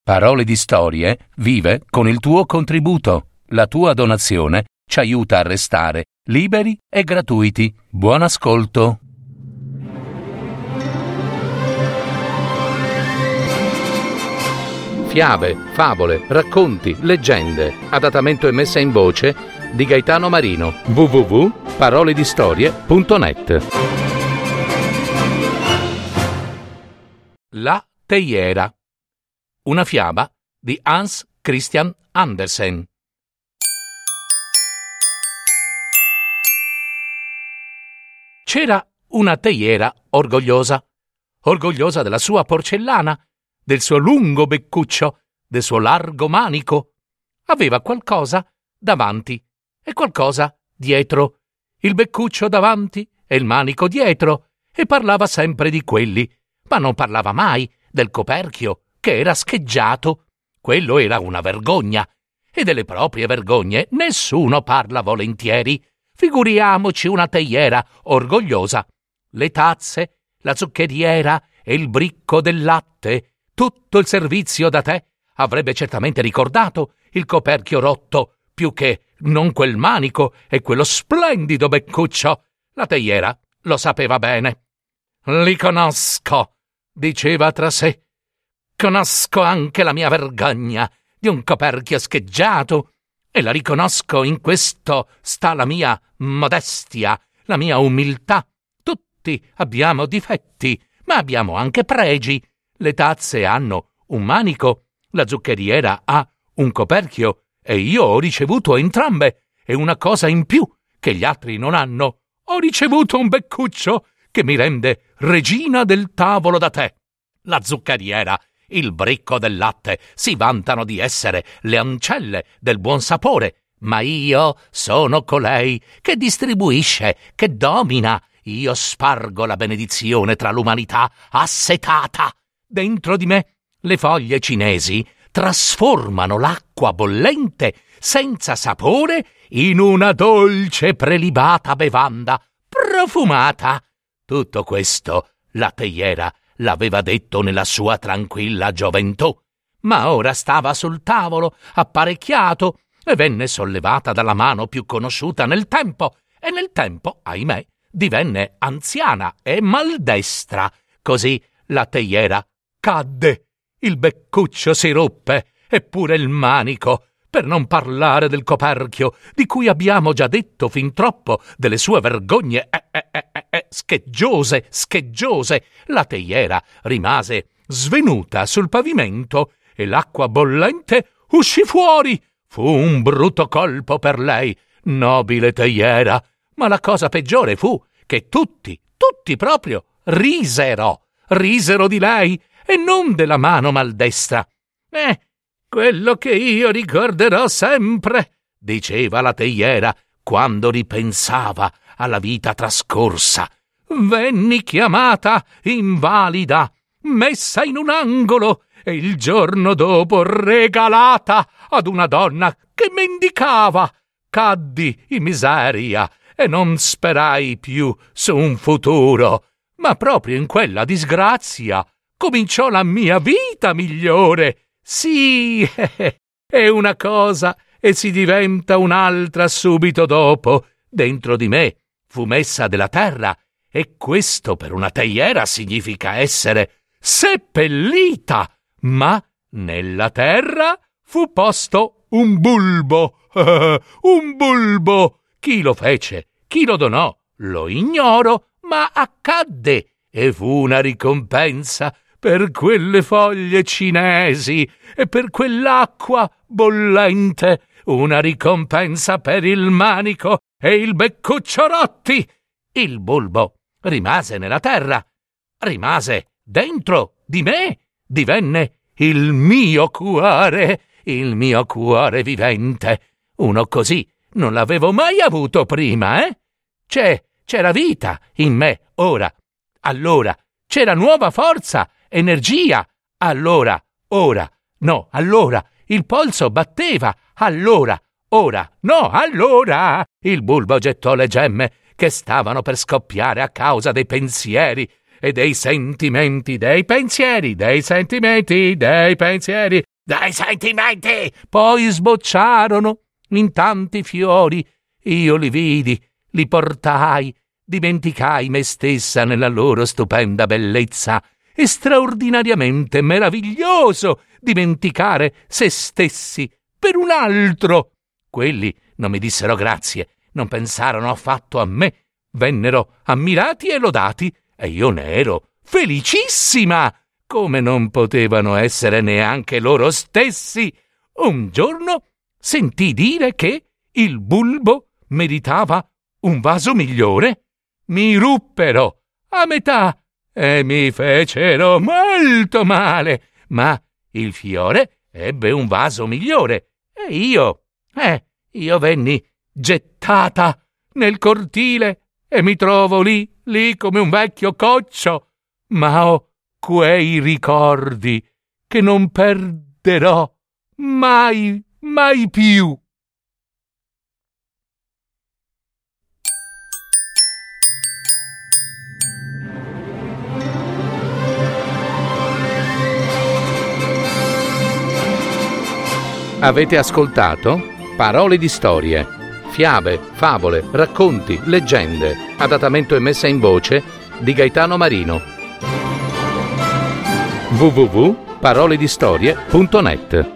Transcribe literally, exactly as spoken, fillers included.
Parole di Storie vive con il tuo contributo. La tua donazione ci aiuta a restare liberi e gratuiti. Buon ascolto. Fiabe, favole, racconti, leggende. Adattamento e messa in voce di Gaetano Marino. w w w punto parole di storie punto net. La teiera. Una fiaba di Hans Christian Andersen. C'era una teiera orgogliosa, orgogliosa della sua porcellana, del suo lungo beccuccio, del suo largo manico. Aveva qualcosa davanti e qualcosa dietro, il beccuccio davanti e il manico dietro, e parlava sempre di quelli, ma non parlava mai del coperchio, che era scheggiato. Quello era una vergogna, e delle proprie vergogne nessuno parla volentieri. Figuriamoci una teiera orgogliosa. Le tazze, la zuccheriera e il bricco del latte, tutto il servizio da tè avrebbe certamente ricordato il coperchio rotto, più che non quel manico e quello splendido beccuccio. La teiera lo sapeva bene. «Li conosco», diceva tra sé. «Conosco anche la mia vergogna di un coperchio scheggiato, e la riconosco, in questo sta la mia modestia, la mia umiltà. Tutti abbiamo difetti, ma abbiamo anche pregi. Le tazze hanno un manico, la zuccheriera ha un coperchio, e io ho ricevuto entrambe, e una cosa in più che gli altri non hanno. Ho ricevuto un beccuccio che mi rende regina del tavolo da tè. La zuccheriera, il bricco del latte si vantano di essere le ancelle del buon sapore, ma io sono colei che distribuisce, che domina. Io spargo la benedizione tra l'umanità assetata. Dentro di me le foglie cinesi trasformano l'acqua bollente senza sapore in una dolce prelibata bevanda profumata. Tutto questo la teiera l'aveva detto nella sua tranquilla gioventù, ma ora stava sul tavolo apparecchiato e venne sollevata dalla mano più conosciuta nel tempo, e nel tempo, ahimè, divenne anziana e maldestra. Così la teiera cadde, il beccuccio si ruppe, eppure il manico, per non parlare del coperchio, di cui abbiamo già detto fin troppo, delle sue vergogne eh, eh, eh, eh, scheggiose, scheggiose. La teiera rimase svenuta sul pavimento e l'acqua bollente uscì fuori. Fu un brutto colpo per lei, nobile teiera, ma la cosa peggiore fu che tutti, tutti proprio, risero, risero di lei e non della mano maldestra. Eh, quello che io ricorderò sempre, diceva la teiera quando ripensava alla vita trascorsa. Venni chiamata invalida, messa in un angolo e il giorno dopo regalata ad una donna che mendicava. Caddi in miseria e non sperai più su un futuro, ma proprio in quella disgrazia cominciò la mia vita migliore. Sì, è una cosa e si diventa un'altra subito dopo. Dentro di me fu messa della terra, e questo per una teiera significa essere seppellita, ma nella terra fu posto un bulbo. Un bulbo! Chi lo fece? Chi lo donò? Lo ignoro, ma accadde, e fu una ricompensa per quelle foglie cinesi e per quell'acqua bollente, una ricompensa per il manico e il beccuccio rotti. Il bulbo rimase nella terra, rimase dentro di me, divenne il mio cuore, il mio cuore vivente. Uno così non l'avevo mai avuto prima, eh? C'è, c'era vita in me ora. Allora c'era nuova forza, energia. Allora, ora, no, allora il polso batteva. Allora, ora, no, allora. Il bulbo gettò le gemme che stavano per scoppiare a causa dei pensieri e dei sentimenti, dei pensieri, dei sentimenti, dei pensieri dai sentimenti. Poi sbocciarono in tanti fiori. Io li vidi, li portai, dimenticai me stessa nella loro stupenda bellezza. È straordinariamente meraviglioso dimenticare se stessi per un altro. Quelli non mi dissero grazie, non pensarono affatto a me, vennero ammirati e lodati, e io ne ero felicissima, come non potevano essere neanche loro stessi. Un giorno sentii dire che il bulbo meritava un vaso migliore. Mi ruppero a metà e mi fecero molto male, ma il fiore ebbe un vaso migliore e io, eh, io venni gettata nel cortile e mi trovo lì, lì come un vecchio coccio, ma ho quei ricordi che non perderò mai, mai più. Avete ascoltato Parole di storie, fiabe, favole, racconti, leggende, adattamento e messa in voce di Gaetano Marino. w w w punto paroledistorie punto net